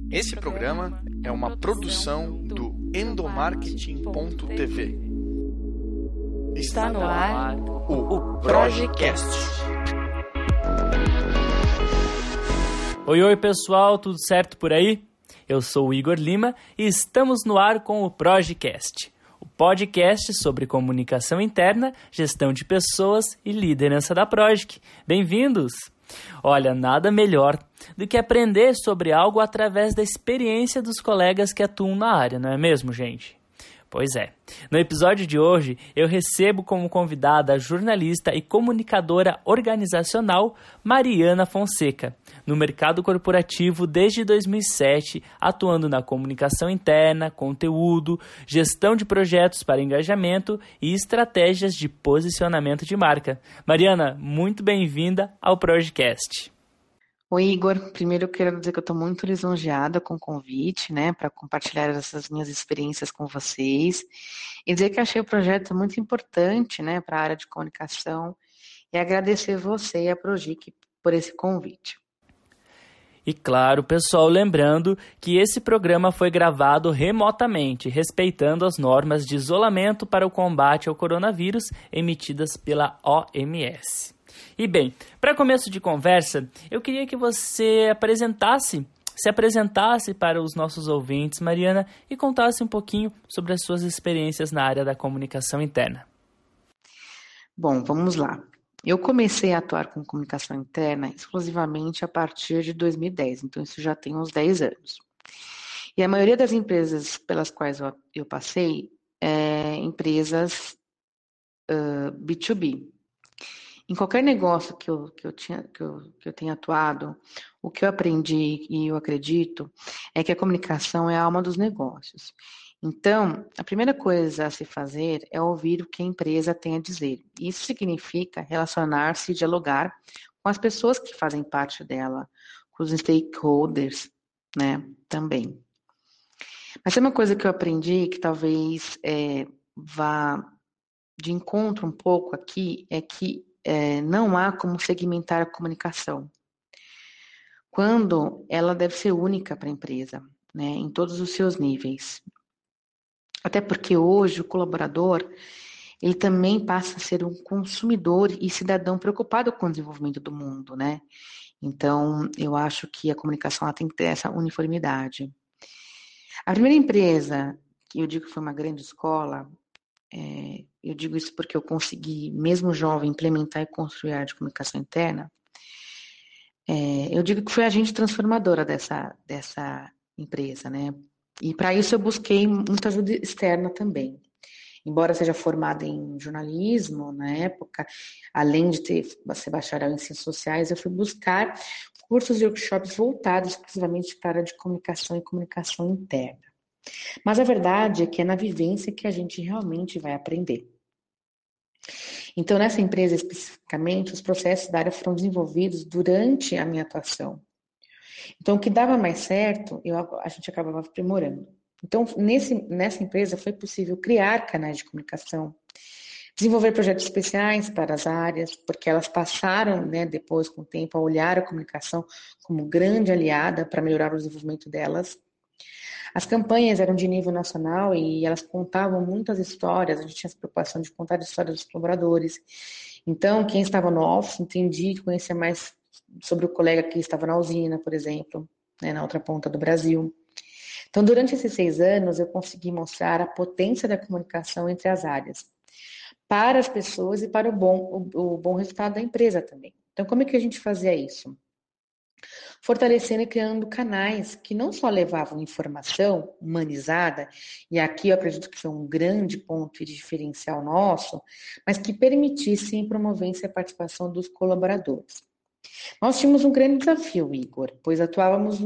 Esse programa é uma produção do endomarketing.tv. Está no ar o Projecast. Oi, pessoal, tudo certo por aí? Eu sou o Igor Lima e estamos no ar com o Projecast, o podcast sobre comunicação interna, gestão de pessoas e liderança da Projec. Bem-vindos! Olha, nada melhor do que aprender sobre algo através da experiência dos colegas que atuam na área, não é mesmo, gente? Pois é. No episódio de hoje, eu recebo como convidada a jornalista e comunicadora organizacional Mariana Fonseca, no mercado corporativo desde 2007, atuando na comunicação interna, conteúdo, gestão de projetos para engajamento e estratégias de posicionamento de marca. Mariana, muito bem-vinda ao Projecast. Oi, Igor. Primeiro eu quero dizer que eu estou muito lisonjeada com o convite, para compartilhar essas minhas experiências com vocês e dizer que achei o projeto muito importante, para a área de comunicação e agradecer você e a Projec por esse convite. E claro, pessoal, lembrando que esse programa foi gravado remotamente, respeitando as normas de isolamento para o combate ao coronavírus emitidas pela OMS. E bem, para começo de conversa, eu queria que você se apresentasse para os nossos ouvintes, Mariana, e contasse um pouquinho sobre as suas experiências na área da comunicação interna. Bom, vamos lá. Eu comecei a atuar com comunicação interna exclusivamente a partir de 2010, então isso já tem uns 10 anos. E a maioria das empresas pelas quais eu passei é empresas B2B. Em qualquer negócio que eu tenha atuado, o que eu aprendi e eu acredito é que a comunicação é a alma dos negócios. Então, a primeira coisa a se fazer é ouvir o que a empresa tem a dizer. Isso significa relacionar-se e dialogar com as pessoas que fazem parte dela, com os stakeholders, também. Mas tem uma coisa que eu aprendi que talvez vá de encontro um pouco aqui, é que não há como segmentar a comunicação, quando ela deve ser única para a empresa, em todos os seus níveis. Até porque hoje o colaborador, ele também passa a ser um consumidor e cidadão preocupado com o desenvolvimento do mundo, Então, eu acho que a comunicação ela tem que ter essa uniformidade. A primeira empresa, que eu digo que foi uma grande escola, eu digo isso porque eu consegui, mesmo jovem, implementar e construir a área de comunicação interna. Eu digo que foi a agente transformadora dessa empresa, E para isso eu busquei muita ajuda externa também. Embora seja formada em jornalismo na época, além de ser bacharel em ciências sociais, eu fui buscar cursos e workshops voltados exclusivamente para a área de comunicação e comunicação interna. Mas a verdade é que é na vivência que a gente realmente vai aprender. Então, nessa empresa especificamente, os processos da área foram desenvolvidos durante a minha atuação. Então, o que dava mais certo, a gente acabava aprimorando. Então, nessa empresa foi possível criar canais de comunicação, desenvolver projetos especiais para as áreas, porque elas passaram, depois, com o tempo, a olhar a comunicação como grande aliada para melhorar o desenvolvimento delas. As campanhas eram de nível nacional e elas contavam muitas histórias, a gente tinha essa preocupação de contar a história dos colaboradores. Então, quem estava no office entendia e conhecia mais sobre o colega que estava na usina, por exemplo, na outra ponta do Brasil. Então, durante esses 6 anos, eu consegui mostrar a potência da comunicação entre as áreas, para as pessoas e para o bom resultado da empresa também. Então, como é que a gente fazia isso? Fortalecendo e criando canais que não só levavam informação humanizada, e aqui eu acredito que foi um grande ponto de diferencial nosso, mas que permitissem e promovessem a participação dos colaboradores. Nós tínhamos um grande desafio, Igor, pois atuávamos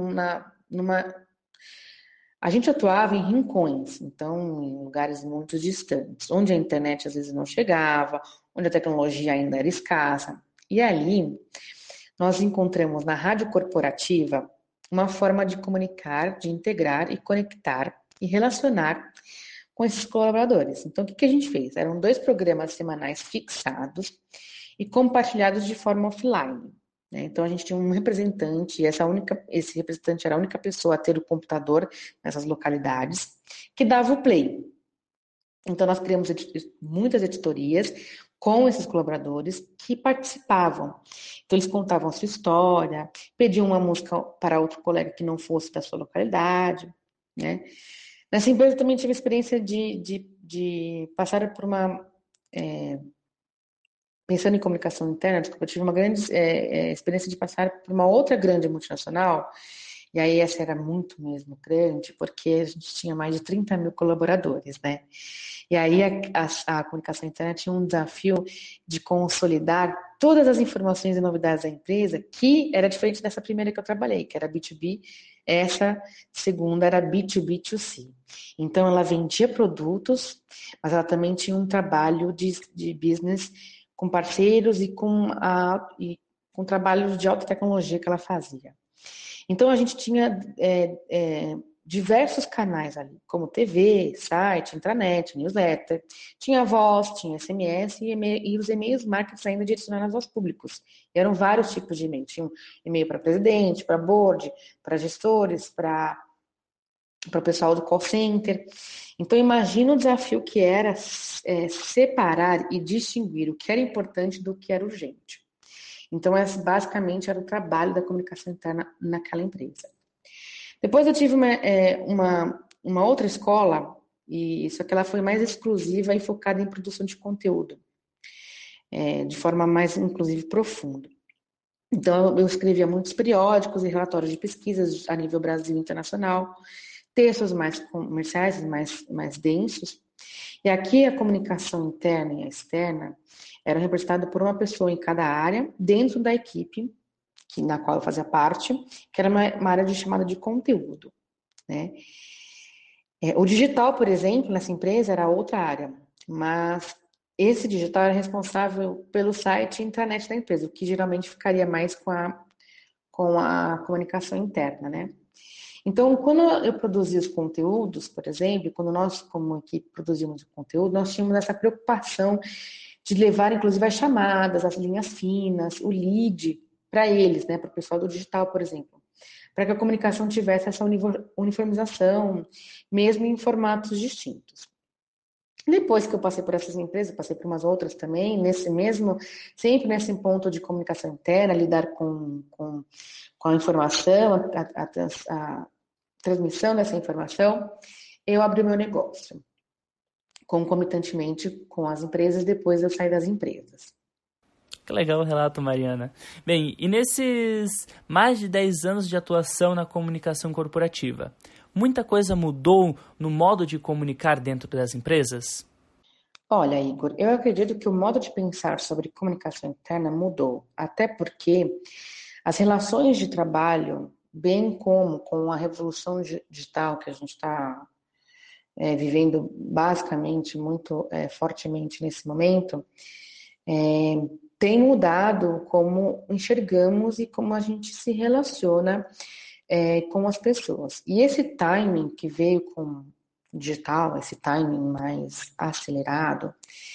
a gente atuava em rincões, então em lugares muito distantes, onde a internet às vezes não chegava, onde a tecnologia ainda era escassa, e ali nós encontramos na rádio corporativa uma forma de comunicar, de integrar e conectar e relacionar com esses colaboradores. Então, o que a gente fez? Eram 2 programas semanais fixados e compartilhados de forma offline. né? Então a gente tinha um representante, e esse representante era a única pessoa a ter o computador nessas localidades, que dava o play. Então nós criamos muitas editorias com esses colaboradores que participavam. Então eles contavam a sua história, pediam uma música para outro colega que não fosse da sua localidade, né? Nessa empresa eu também tive a experiência de passar por uma... pensando em comunicação interna, desculpa, eu tive uma grande experiência de passar por uma outra grande multinacional, e aí essa era muito mesmo grande, porque a gente tinha mais de 30 mil colaboradores, né? E aí a comunicação interna tinha um desafio de consolidar todas as informações e novidades da empresa, que era diferente dessa primeira que eu trabalhei, que era B2B, essa segunda era B2B2C. Então ela vendia produtos, mas ela também tinha um trabalho de business com parceiros e com trabalhos de alta tecnologia que ela fazia. Então, a gente tinha diversos canais ali, como TV, site, intranet, newsletter, tinha voz, tinha SMS e os e-mails marketing ainda direcionados aos públicos. E eram vários tipos de e-mail. Tinha um e-mail para presidente, para board, para gestores, para o pessoal do call center. Então, imagina o desafio que era separar e distinguir o que era importante do que era urgente. Então, esse basicamente era o trabalho da comunicação interna naquela empresa. Depois eu tive uma outra escola, e só que ela foi mais exclusiva e focada em produção de conteúdo, de forma mais, inclusive, profunda. Então, eu escrevia muitos periódicos e relatórios de pesquisas a nível Brasil e internacional, textos mais comerciais, mais densos. E aqui a comunicação interna e a externa era representada por uma pessoa em cada área, dentro da equipe na qual eu fazia parte, que era uma área chamada de conteúdo, né? O digital, por exemplo, nessa empresa era outra área, mas esse digital era responsável pelo site e intranet da empresa, o que geralmente ficaria mais com a comunicação interna, né? Então, quando eu produzia os conteúdos, por exemplo, quando nós, como equipe, produzíamos o conteúdo, nós tínhamos essa preocupação de levar, inclusive, as chamadas, as linhas finas, o lead para eles, né, para o pessoal do digital, por exemplo, para que a comunicação tivesse essa uniformização, mesmo em formatos distintos. Depois que eu passei por essas empresas, passei por umas outras também, sempre nesse ponto de comunicação interna, lidar com a informação, a transmissão dessa informação, eu abri o meu negócio, concomitantemente com as empresas, depois eu saí das empresas. Que legal o relato, Mariana. Bem, e nesses mais de 10 anos de atuação na comunicação corporativa, muita coisa mudou no modo de comunicar dentro das empresas? Olha, Igor, eu acredito que o modo de pensar sobre comunicação interna mudou, até porque as relações de trabalho, bem como com a revolução digital que a gente está vivendo basicamente muito fortemente nesse momento, tem mudado como enxergamos e como a gente se relaciona com as pessoas. E esse timing que veio com o digital, esse timing mais acelerado,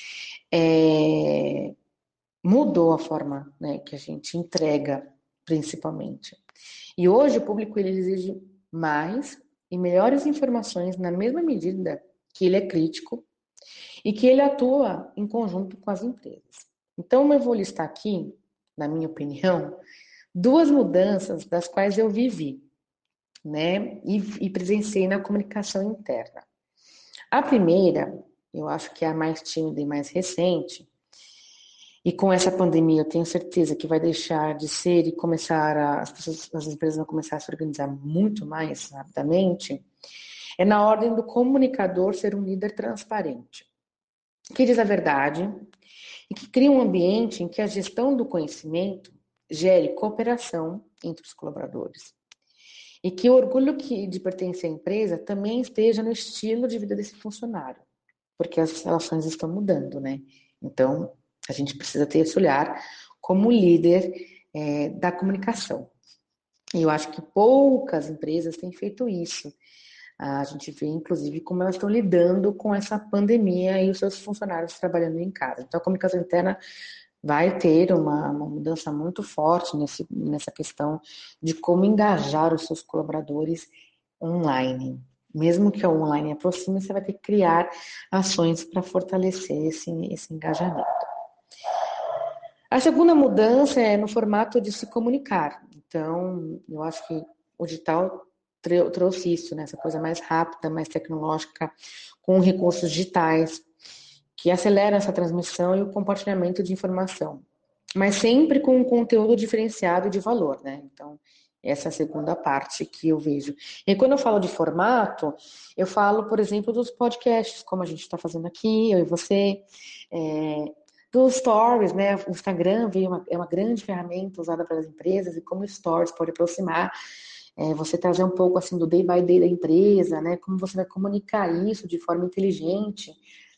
mudou a forma, né, que a gente entrega, principalmente. E hoje o público ele exige mais e melhores informações na mesma medida que ele é crítico e que ele atua em conjunto com as empresas. Então, eu vou listar aqui, na minha opinião, 2 mudanças das quais eu vivi, né, e presenciei na comunicação interna. A primeira, eu acho que é a mais tímida e mais recente, e com essa pandemia eu tenho certeza que vai deixar de ser e as empresas vão começar a se organizar muito mais rapidamente, é na ordem do comunicador ser um líder transparente, que diz a verdade e que cria um ambiente em que a gestão do conhecimento gere cooperação entre os colaboradores. E que o orgulho de pertencer à empresa também esteja no estilo de vida desse funcionário, porque as relações estão mudando, né? Então, a gente precisa ter esse olhar como líder da comunicação. E eu acho que poucas empresas têm feito isso. A gente vê, inclusive, como elas estão lidando com essa pandemia e os seus funcionários trabalhando em casa. Então, a comunicação interna vai ter uma mudança muito forte nessa questão de como engajar os seus colaboradores online. Mesmo que o online aproxime, você vai ter que criar ações para fortalecer esse engajamento. A segunda mudança é no formato de se comunicar. Então, eu acho que o digital trouxe isso, né? Essa coisa mais rápida, mais tecnológica, com recursos digitais, que aceleram essa transmissão e o compartilhamento de informação, mas sempre com um conteúdo diferenciado de valor, né? Então, essa é a segunda parte que eu vejo. E quando eu falo de formato, eu falo, por exemplo, dos podcasts, como a gente está fazendo aqui, eu e você, dos stories, né? O Instagram é uma grande ferramenta usada pelas empresas e como o stories pode aproximar, você trazer um pouco assim do day by day da empresa, né? Como você vai comunicar isso de forma inteligente,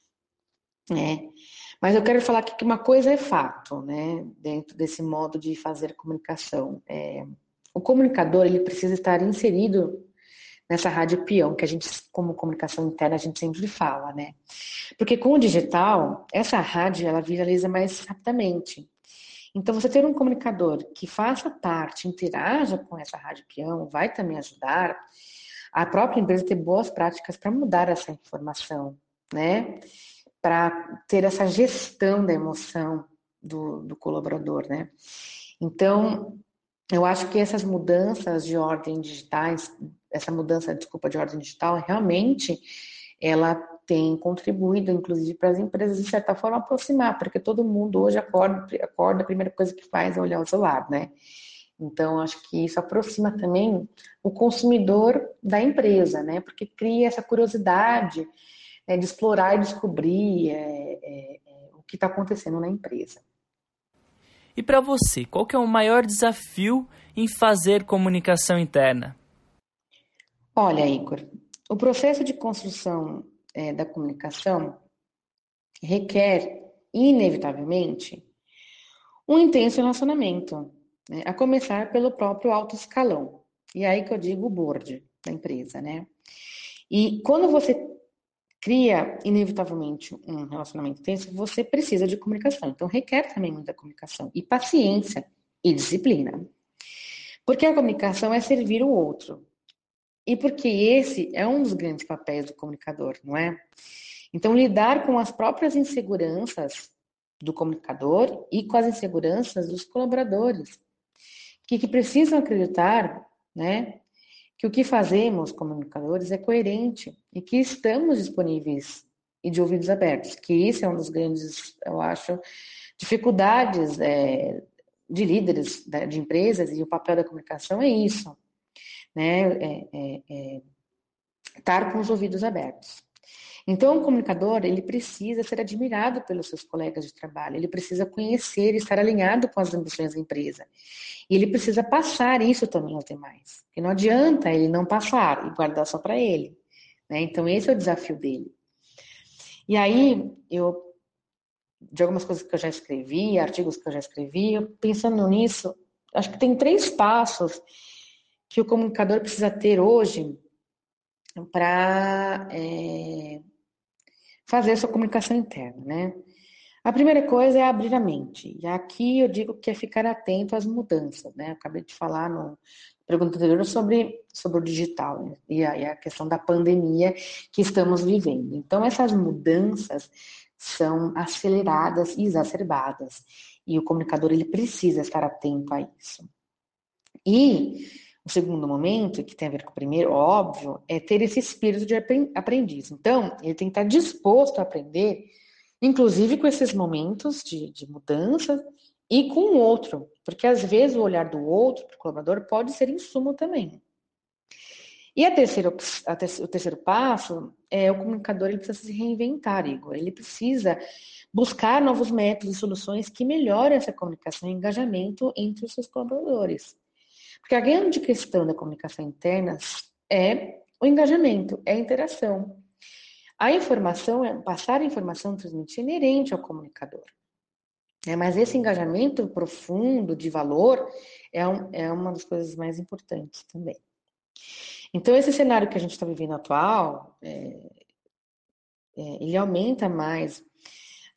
né? Mas eu quero falar que uma coisa é fato, né? Dentro desse modo de fazer comunicação, o comunicador ele precisa estar inserido nessa rádio peão, que a gente, como comunicação interna, a gente sempre fala, né? Porque com o digital, essa rádio, ela viraliza mais rapidamente. Então, você ter um comunicador que faça parte, interaja com essa rádio peão, vai também ajudar a própria empresa a ter boas práticas para mudar essa informação, né? Para ter essa gestão da emoção do colaborador, né? Então, eu acho que essas mudanças de ordem digitais, essa mudança, desculpa, de ordem digital, realmente ela tem contribuído, inclusive, para as empresas, de certa forma, aproximar, porque todo mundo hoje acorda, a primeira coisa que faz é olhar o celular, né? Então, acho que isso aproxima também o consumidor da empresa, né? Porque cria essa curiosidade de explorar e descobrir o que está acontecendo na empresa. E para você, qual que é o maior desafio em fazer comunicação interna? Olha, Igor, o processo de construção da comunicação requer, inevitavelmente, um intenso relacionamento, né? A começar pelo próprio alto escalão. E aí que eu digo o board da empresa, né? E quando você cria, inevitavelmente, um relacionamento intenso, você precisa de comunicação. Então, requer também muita comunicação e paciência e disciplina. Porque a comunicação é servir o outro. E porque esse é um dos grandes papéis do comunicador, não é? Então, lidar com as próprias inseguranças do comunicador e com as inseguranças dos colaboradores, que precisam acreditar, né, que o que fazemos, comunicadores, é coerente e que estamos disponíveis e de ouvidos abertos, que isso é um dos grandes, eu acho, dificuldades de líderes de empresas, e o papel da comunicação é isso, né? Estar com os ouvidos abertos. Então, o comunicador, ele precisa ser admirado pelos seus colegas de trabalho, ele precisa conhecer e estar alinhado com as ambições da empresa. E ele precisa passar isso também aos demais. Porque não adianta ele não passar e guardar só para ele, né? Então, esse é o desafio dele. E aí, de algumas coisas que eu já escrevi, artigos que eu já escrevi, pensando nisso, acho que tem 3 passos que o comunicador precisa ter hoje para fazer a sua comunicação interna, né? A primeira coisa é abrir a mente. E aqui eu digo que é ficar atento às mudanças, né? Eu acabei de falar no pergunta anterior sobre o digital, né? E a questão da pandemia que estamos vivendo. Então, essas mudanças são aceleradas e exacerbadas. E o comunicador, ele precisa estar atento a isso. E o segundo momento, que tem a ver com o primeiro, óbvio, é ter esse espírito de aprendiz. Então, ele tem que estar disposto a aprender, inclusive com esses momentos de mudança e com o outro, porque às vezes o olhar do outro para o colaborador pode ser insumo também. E o terceiro passo é o comunicador, ele precisa se reinventar, Igor. Ele precisa buscar novos métodos e soluções que melhorem essa comunicação e engajamento entre os seus colaboradores. Porque a grande questão da comunicação interna é o engajamento, é a interação. A informação, passar a informação, transmitir, é inerente ao comunicador. Mas esse engajamento profundo, de valor, é uma das coisas mais importantes também. Então, esse cenário que a gente está vivendo atual, ele aumenta mais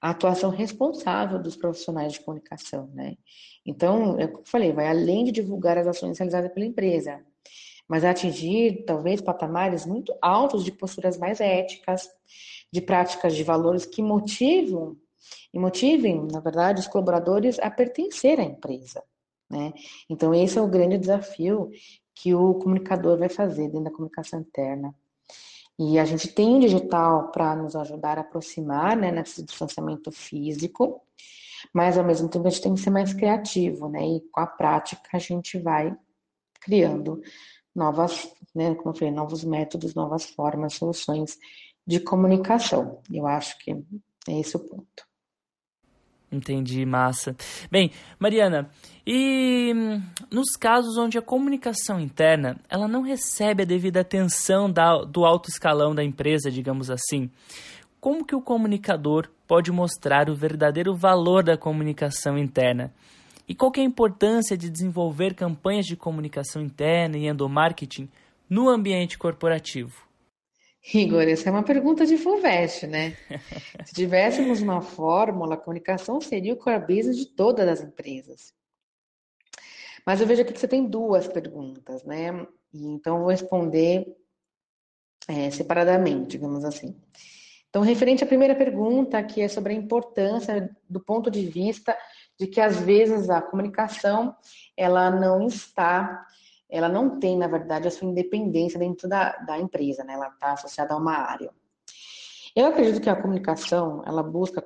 a atuação responsável dos profissionais de comunicação, né? Então, eu falei, vai além de divulgar as ações realizadas pela empresa, mas atingir, talvez, patamares muito altos de posturas mais éticas, de práticas de valores que motivem, na verdade, os colaboradores a pertencer à empresa, né? Então, esse é o grande desafio que o comunicador vai fazer dentro da comunicação interna. E a gente tem o digital para nos ajudar a aproximar, né, nesse distanciamento físico, mas ao mesmo tempo a gente tem que ser mais criativo, né? E com a prática a gente vai criando novas, né, como eu falei, novos métodos, novas formas, soluções de comunicação. Eu acho que é esse o ponto. Entendi, massa. Bem, Mariana, e nos casos onde a comunicação interna ela não recebe a devida atenção do alto escalão da empresa, digamos assim, como que o comunicador pode mostrar o verdadeiro valor da comunicação interna? E qual que é a importância de desenvolver campanhas de comunicação interna e endomarketing no ambiente corporativo? Igor, essa é uma pergunta de FUVEST, né? Se tivéssemos uma fórmula, a comunicação seria o core business de todas as empresas. Mas eu vejo aqui que você tem duas perguntas, né? E então eu vou responder separadamente, digamos assim. Então, referente à primeira pergunta, que é sobre a importância do ponto de vista de que às vezes a comunicação ela não tem, na verdade, a sua independência dentro da empresa, né? Ela está associada a uma área. Eu acredito que a comunicação, ela busca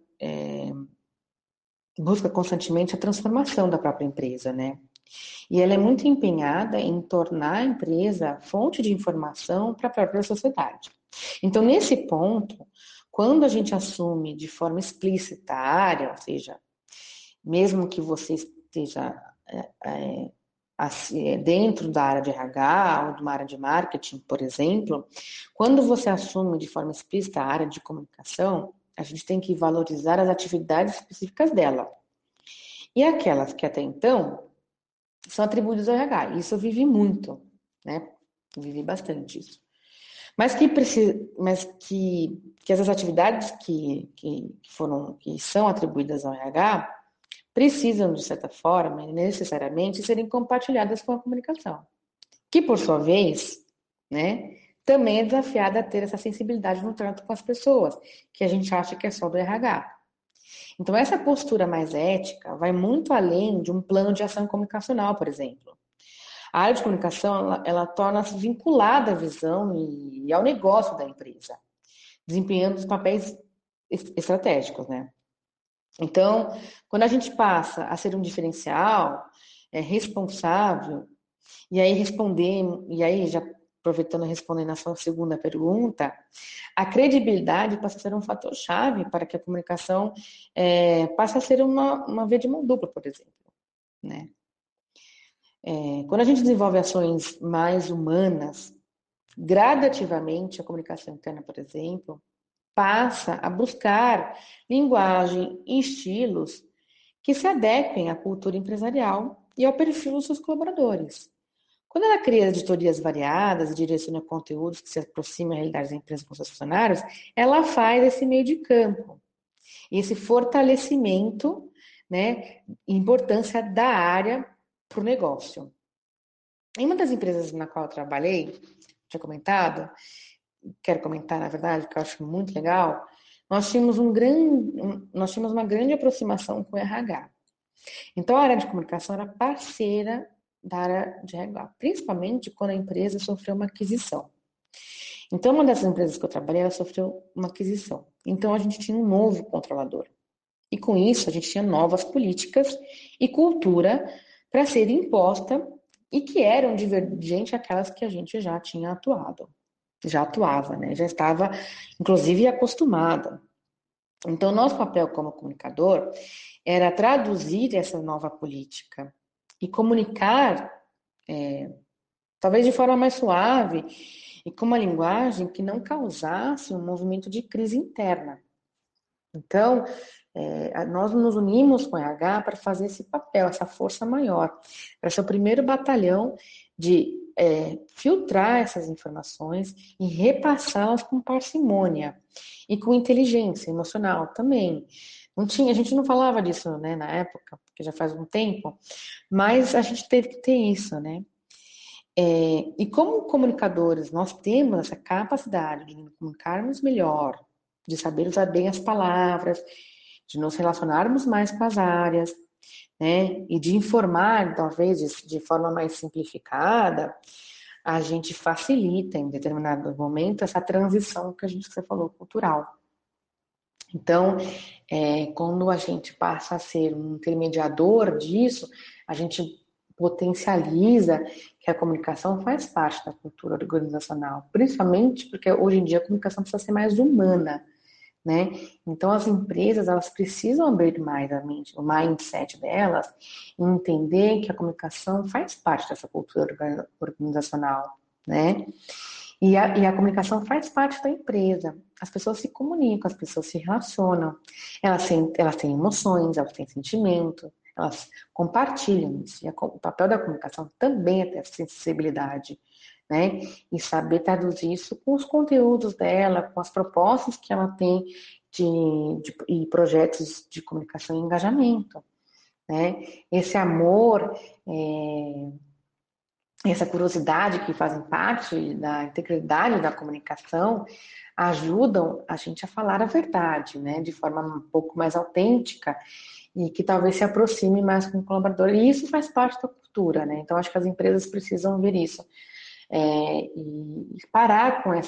constantemente a transformação da própria empresa, né? E ela é muito empenhada em tornar a empresa fonte de informação para a própria sociedade. Então, nesse ponto, quando a gente assume de forma explícita a área, ou seja, mesmo que você esteja dentro da área de RH ou de uma área de marketing, por exemplo, quando você assume de forma explícita a área de comunicação, a gente tem que valorizar as atividades específicas dela. E aquelas que até então são atribuídas ao RH. Isso eu vivi muito, né? Vivi bastante isso. Mas que essas atividades que são atribuídas ao RH precisam, de certa forma, necessariamente serem compartilhadas com a comunicação, que, por sua vez, né, também é desafiada a ter essa sensibilidade no trato com as pessoas, que a gente acha que é só do RH. Então, essa postura mais ética vai muito além de um plano de ação comunicacional, por exemplo. A área de comunicação, ela torna-se vinculada à visão e ao negócio da empresa, desempenhando os papéis estratégicos, né? Então, quando a gente passa a ser um diferencial, responsável, e aí já aproveitando respondendo a sua segunda pergunta, a credibilidade passa a ser um fator-chave para que a comunicação passe a ser uma via de mão dupla, por exemplo, né? Quando a gente desenvolve ações mais humanas, gradativamente a comunicação interna, por exemplo, passa a buscar linguagem e estilos que se adequem à cultura empresarial e ao perfil dos seus colaboradores. Quando ela cria editorias variadas e direciona conteúdos que se aproximam à realidade da empresa com seus funcionários, ela faz esse meio de campo, esse fortalecimento, né, e importância da área para o negócio. Em uma das empresas na qual eu trabalhei, tinha comentado, quero comentar, na verdade, que eu acho muito legal, nós tínhamos uma grande aproximação com o RH. Então, a área de comunicação era parceira da área de RH, principalmente quando a empresa sofreu uma aquisição. Então, uma dessas empresas que eu trabalhei, ela sofreu uma aquisição. Então, a gente tinha um novo controlador. E com isso, a gente tinha novas políticas e cultura para ser imposta e que eram divergentes àquelas que a gente já tinha já atuava, né? Já estava, inclusive, acostumada. Então, nosso papel como comunicador era traduzir essa nova política e comunicar, talvez de forma mais suave e com uma linguagem que não causasse um movimento de crise interna. Então, nós nos unimos com o RH para fazer esse papel, essa força maior, para ser o primeiro batalhão de filtrar essas informações e repassá-las com parcimônia e com inteligência emocional também. A gente não falava disso, né, na época, porque já faz um tempo, mas a gente teve que ter isso, né? E como comunicadores, nós temos essa capacidade de nos comunicarmos melhor, de saber usar bem as palavras, de nos relacionarmos mais com as áreas, né? E de informar, talvez, de forma mais simplificada, a gente facilita, em determinado momento, essa transição que você falou, cultural. Então, quando a gente passa a ser um intermediador disso, a gente potencializa que a comunicação faz parte da cultura organizacional, principalmente porque hoje em dia a comunicação precisa ser mais humana, né? Então as empresas elas precisam abrir mais a mente, o mindset delas, e entender que a comunicação faz parte dessa cultura organizacional, né? E a comunicação faz parte da empresa. As pessoas se comunicam, as pessoas se relacionam, elas têm emoções, elas têm sentimento, elas compartilham isso. E o papel da comunicação também é ter sensibilidade, né? E saber traduzir isso com os conteúdos dela, com as propostas que ela tem e projetos de comunicação e engajamento, né? Esse amor, essa curiosidade que fazem parte da integridade da comunicação ajudam a gente a falar a verdade, né? De forma um pouco mais autêntica e que talvez se aproxime mais com o colaborador. E isso faz parte da cultura, né? Então, acho que as empresas precisam ver isso. E parar com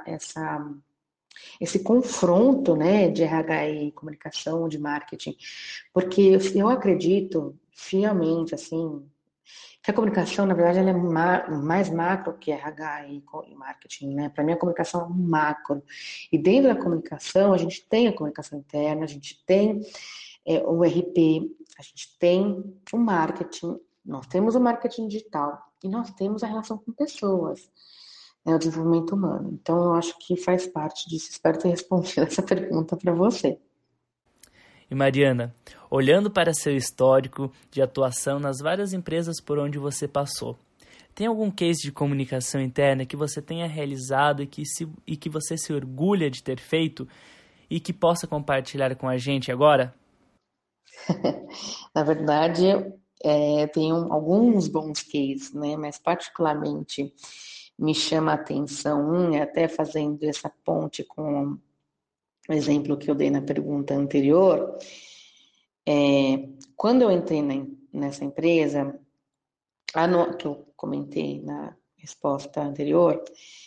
esse confronto, né, de RH e comunicação, de marketing, porque eu acredito fielmente, assim, que a comunicação, na verdade, ela é mais macro que RH e marketing, né? Para mim, a comunicação é um macro. E dentro da comunicação, a gente tem a comunicação interna, a gente tem o RP, a gente tem o marketing, nós temos o marketing digital e nós temos a relação com pessoas, né, o desenvolvimento humano. Então, eu acho que faz parte disso. Espero ter respondido essa pergunta para você. E Mariana, olhando para seu histórico de atuação nas várias empresas por onde você passou, tem algum case de comunicação interna que você tenha realizado e que você se orgulha de ter feito e que possa compartilhar com a gente agora? Na verdade, tenho alguns bons cases, né? Mas particularmente me chama a atenção até fazendo essa ponte com o exemplo que eu dei na pergunta anterior. Quando eu entrei nessa empresa, que eu comentei na resposta anterior,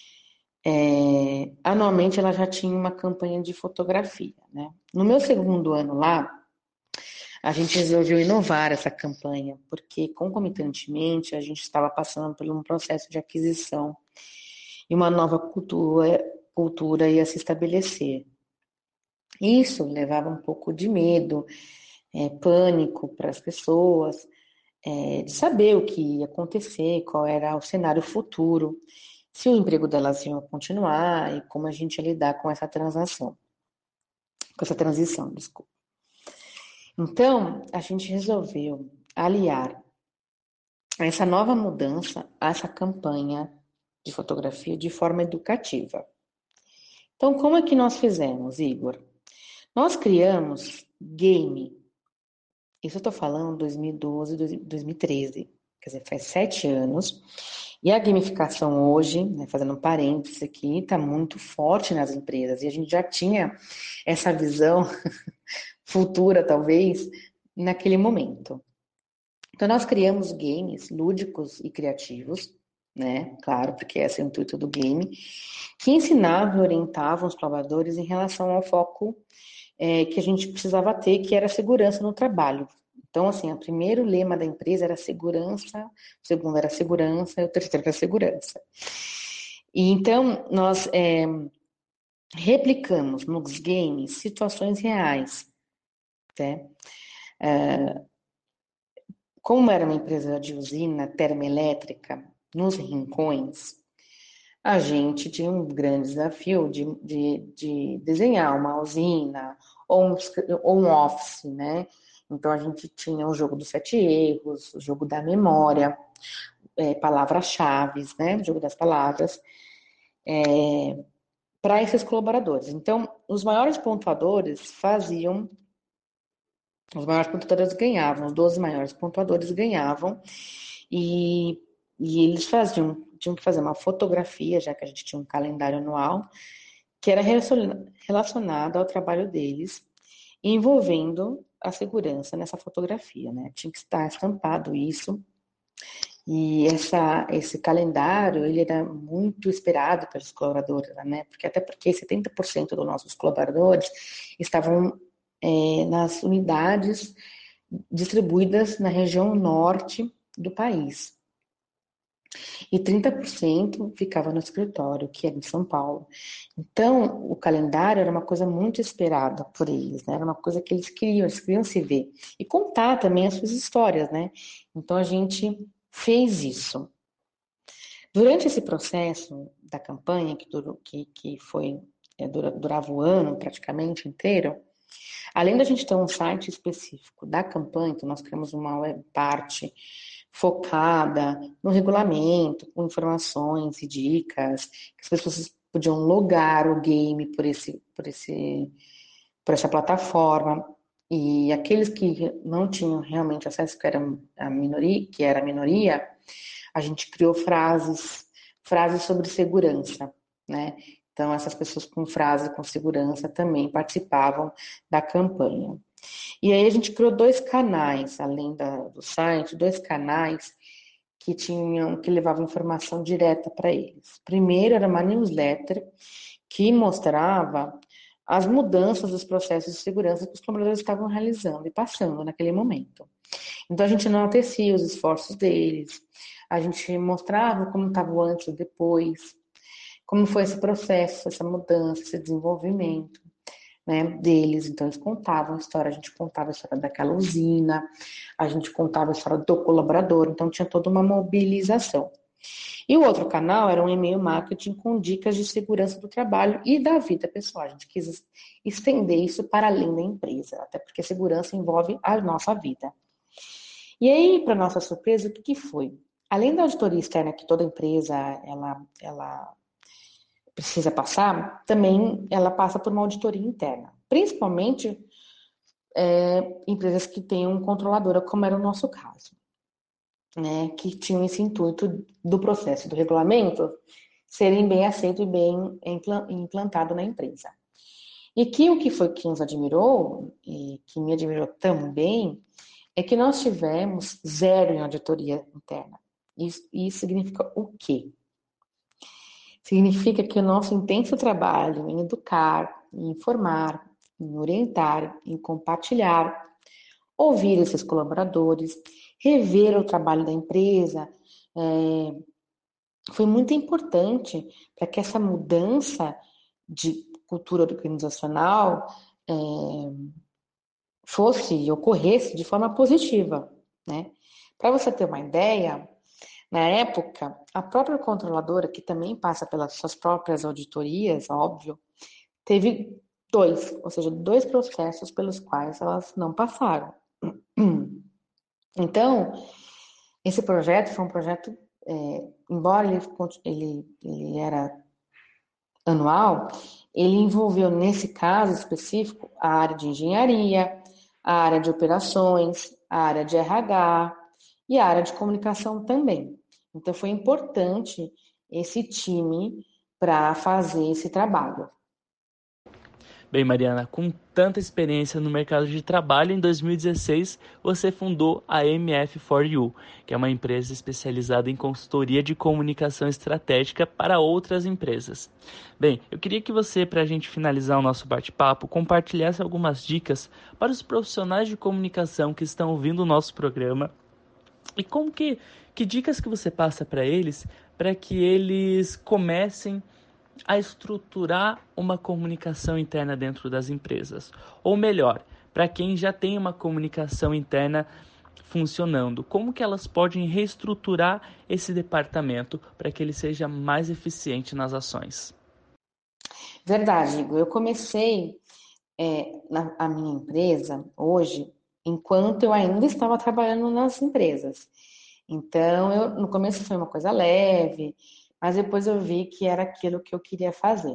anualmente ela já tinha uma campanha de fotografia, né? No meu segundo ano lá, a gente resolveu inovar essa campanha, porque concomitantemente a gente estava passando por um processo de aquisição e uma nova cultura ia se estabelecer. Isso levava um pouco de medo, pânico para as pessoas, de saber o que ia acontecer, qual era o cenário futuro, se o emprego delas ia continuar e como a gente ia lidar com essa transição, desculpa. Então, a gente resolveu aliar essa nova mudança a essa campanha de fotografia de forma educativa. Então, como é que nós fizemos, Igor? Nós criamos game. Isso eu estou falando 2012, 2013. Quer dizer, faz 7 anos. E a gamificação hoje, né, fazendo um parênteses aqui, está muito forte nas empresas. E a gente já tinha essa visão futura, talvez, naquele momento. Então, nós criamos games lúdicos e criativos, né? Claro, porque esse é o intuito do game, que ensinavam e orientavam os colaboradores em relação ao foco que a gente precisava ter, que era a segurança no trabalho. Então, assim, o primeiro lema da empresa era segurança, o segundo era segurança e o terceiro era segurança. E então, nós replicamos nos games situações reais, né? Como era uma empresa de usina termoelétrica, nos rincões, a gente tinha um grande desafio de desenhar uma usina ou um office, né? Então, a gente tinha o jogo dos 7 erros, o jogo da memória, palavras-chave, né, jogo das palavras, para esses colaboradores. Então, os maiores pontuadores ganhavam, os 12 maiores pontuadores ganhavam, e eles tinham que fazer uma fotografia, já que a gente tinha um calendário anual, que era relacionado ao trabalho deles, envolvendo a segurança nessa fotografia, né? Tinha que estar estampado isso. E esse calendário, ele era muito esperado pelos colaboradores, né? Até porque 70% dos nossos colaboradores estavam nas unidades distribuídas na região norte do país. E 30% ficava no escritório, que é em São Paulo. Então, o calendário era uma coisa muito esperada por eles, né? Era uma coisa que eles queriam se ver. E contar também as suas histórias, né? Então, a gente fez isso. Durante esse processo da campanha, durava o ano praticamente inteiro, além da gente ter um site específico da campanha, então nós criamos uma web parte focada no regulamento, com informações e dicas, que as pessoas podiam logar o game por essa plataforma, e aqueles que não tinham realmente acesso, que era a minoria, a gente criou frases sobre segurança, né? Então, essas pessoas com frases com segurança também participavam da campanha. E aí a gente criou 2 canais, além do site, 2 canais que levavam informação direta para eles. Primeiro era uma newsletter que mostrava as mudanças dos processos de segurança que os colaboradores estavam realizando e passando naquele momento. Então, a gente enaltecia os esforços deles, a gente mostrava como estava o antes e o depois, como foi esse processo, essa mudança, esse desenvolvimento, né, deles. Então, eles contavam a história, a gente contava a história daquela usina, a gente contava a história do colaborador, então tinha toda uma mobilização. E o outro canal era um e-mail marketing com dicas de segurança do trabalho e da vida pessoal. A gente quis estender isso para além da empresa, até porque segurança envolve a nossa vida. E aí, para nossa surpresa, o que foi? Além da auditoria externa que toda empresa ela precisa passar, também ela passa por uma auditoria interna, principalmente empresas que tenham controladora, como era o nosso caso, né, que tinham esse intuito do processo do regulamento serem bem aceito e bem implantado na empresa. E que o que foi que nos admirou, e que me admirou também, é que nós tivemos 0 em auditoria interna. Isso significa o quê? Significa que o nosso intenso trabalho em educar, em informar, em orientar, em compartilhar, ouvir esses colaboradores, rever o trabalho da empresa, foi muito importante para que essa mudança de cultura organizacional ocorresse de forma positiva, né? Para você ter uma ideia, na época, a própria controladora, que também passa pelas suas próprias auditorias, óbvio, teve 2 processos pelos quais elas não passaram. Então, esse projeto foi um projeto, embora ele era anual, ele envolveu, nesse caso específico, a área de engenharia, a área de operações, a área de RH e a área de comunicação também. Então, foi importante esse time para fazer esse trabalho. Bem, Mariana, com tanta experiência no mercado de trabalho, em 2016 você fundou a MF4U, que é uma empresa especializada em consultoria de comunicação estratégica para outras empresas. Bem, eu queria que você, para a gente finalizar o nosso bate-papo, compartilhasse algumas dicas para os profissionais de comunicação que estão ouvindo o nosso programa e que dicas que você passa para eles para que eles comecem a estruturar uma comunicação interna dentro das empresas. Ou melhor, para quem já tem uma comunicação interna funcionando, como que elas podem reestruturar esse departamento para que ele seja mais eficiente nas ações? Verdade, Igor. Eu comecei a minha empresa hoje, enquanto eu ainda estava trabalhando nas empresas. Então, no começo foi uma coisa leve, mas depois eu vi que era aquilo que eu queria fazer.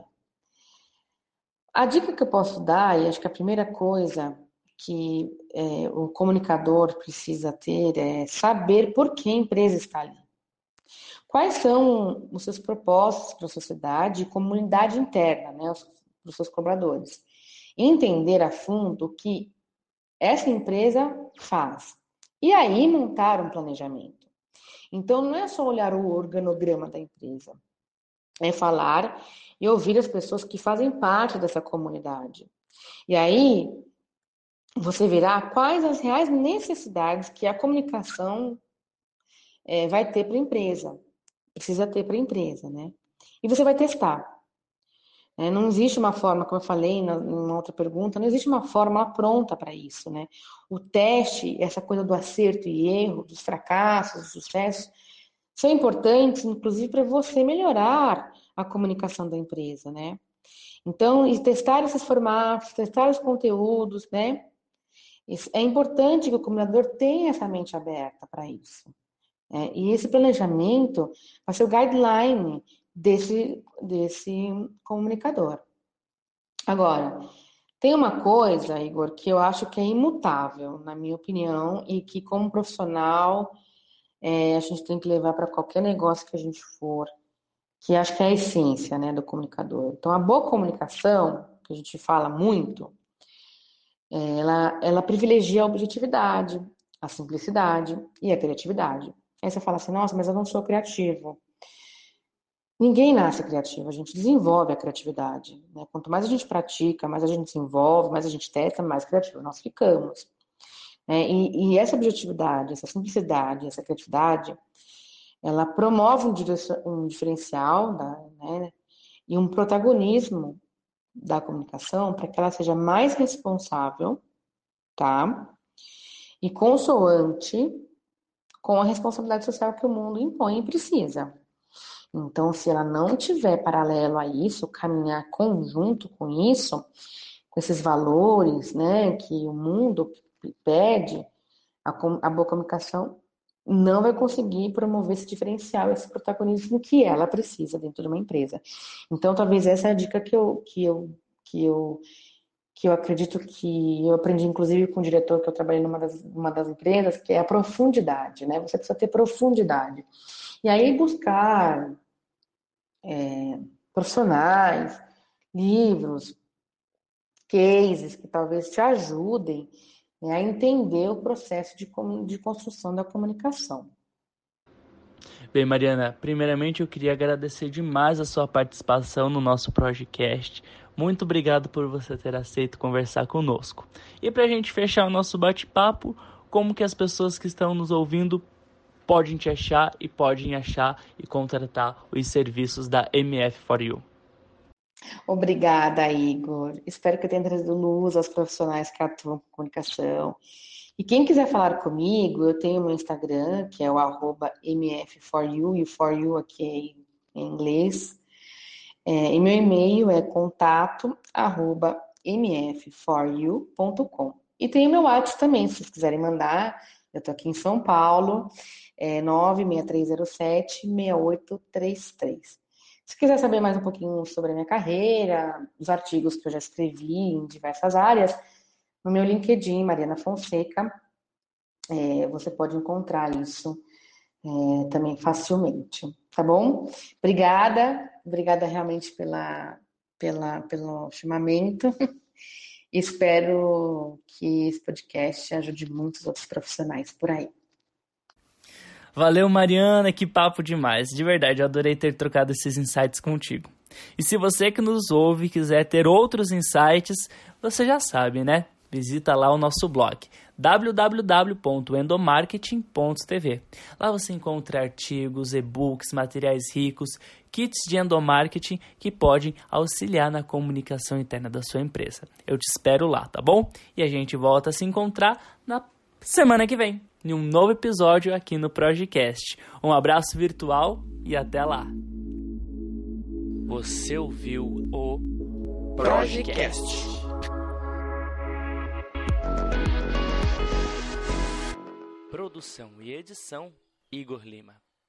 A dica que eu posso dar, e acho que a primeira coisa que o comunicador precisa ter é saber por que a empresa está ali. Quais são os seus propósitos para a sociedade e comunidade interna, né, para os seus colaboradores. Entender a fundo o que essa empresa faz. E aí montar um planejamento. Então, não é só olhar o organograma da empresa. É falar e ouvir as pessoas que fazem parte dessa comunidade. E aí, você verá quais as reais necessidades que a comunicação vai ter para a empresa. Precisa ter para a empresa, né? E você vai testar. Não existe uma forma, como eu falei numa outra pergunta, não existe uma fórmula pronta para isso, né? O teste, essa coisa do acerto e erro, dos fracassos, dos sucessos, são importantes, inclusive, para você melhorar a comunicação da empresa, né? Então, testar esses formatos, testar os conteúdos, né? É importante que o comunicador tenha essa mente aberta para isso. E esse planejamento vai ser o guideline desse comunicador. Agora, tem uma coisa, Igor, que eu acho que é imutável, na minha opinião, e que como profissional a gente tem que levar para qualquer negócio que a gente for, que acho que é a essência, né, do comunicador. Então, a boa comunicação, que a gente fala muito, ela privilegia a objetividade, a simplicidade e a criatividade. Aí você fala assim, nossa, mas eu não sou criativo. Ninguém nasce criativo, a gente desenvolve a criatividade, né? Quanto mais a gente pratica, mais a gente desenvolve, mais a gente testa, mais criativo nós ficamos. E essa objetividade, essa simplicidade, essa criatividade, ela promove um diferencial né, e um protagonismo da comunicação para que ela seja mais responsável, tá? E consoante com a responsabilidade social que o mundo impõe e precisa. Então, se ela não tiver paralelo a isso, caminhar conjunto com isso, com esses valores, né, que o mundo pede, a boa comunicação não vai conseguir promover esse diferencial, esse protagonismo que ela precisa dentro de uma empresa. Então, talvez essa é a dica que eu acredito que eu aprendi, inclusive, com o diretor que eu trabalhei numa das empresas, que é a profundidade, né? Você precisa ter profundidade. E aí buscar profissionais, livros, cases que talvez te ajudem a entender o processo de construção da comunicação. Bem, Mariana, primeiramente eu queria agradecer demais a sua participação no nosso podcast. Muito obrigado por você ter aceito conversar conosco. E para a gente fechar o nosso bate-papo, como que as pessoas que estão nos ouvindo podem te achar e contratar os serviços da MF4U? Obrigada, Igor. Espero que eu tenha trazido luz aos profissionais que atuam com comunicação. E quem quiser falar comigo, eu tenho meu Instagram, que é o @mf4u, e o for you aqui é em inglês. E meu e-mail é contato@mf4u.com. E tem o meu WhatsApp também, se vocês quiserem mandar. Eu estou aqui em São Paulo, 96307-6833. Se quiser saber mais um pouquinho sobre a minha carreira, os artigos que eu já escrevi em diversas áreas, no meu LinkedIn, Mariana Fonseca, você pode encontrar isso também facilmente, tá bom? Obrigada realmente pelo chamamento. Espero que esse podcast ajude muitos outros profissionais por aí. Valeu, Mariana, que papo demais. De verdade, eu adorei ter trocado esses insights contigo. E se você que nos ouve quiser ter outros insights, você já sabe, né? Visita lá o nosso blog, www.endomarketing.tv. Lá você encontra artigos, e-books, materiais ricos, kits de endomarketing que podem auxiliar na comunicação interna da sua empresa. Eu te espero lá, tá bom? E a gente volta a se encontrar na semana que vem, em um novo episódio aqui no Projecast. Um abraço virtual e até lá. Você ouviu o Projecast. Produção e edição Igor Lima.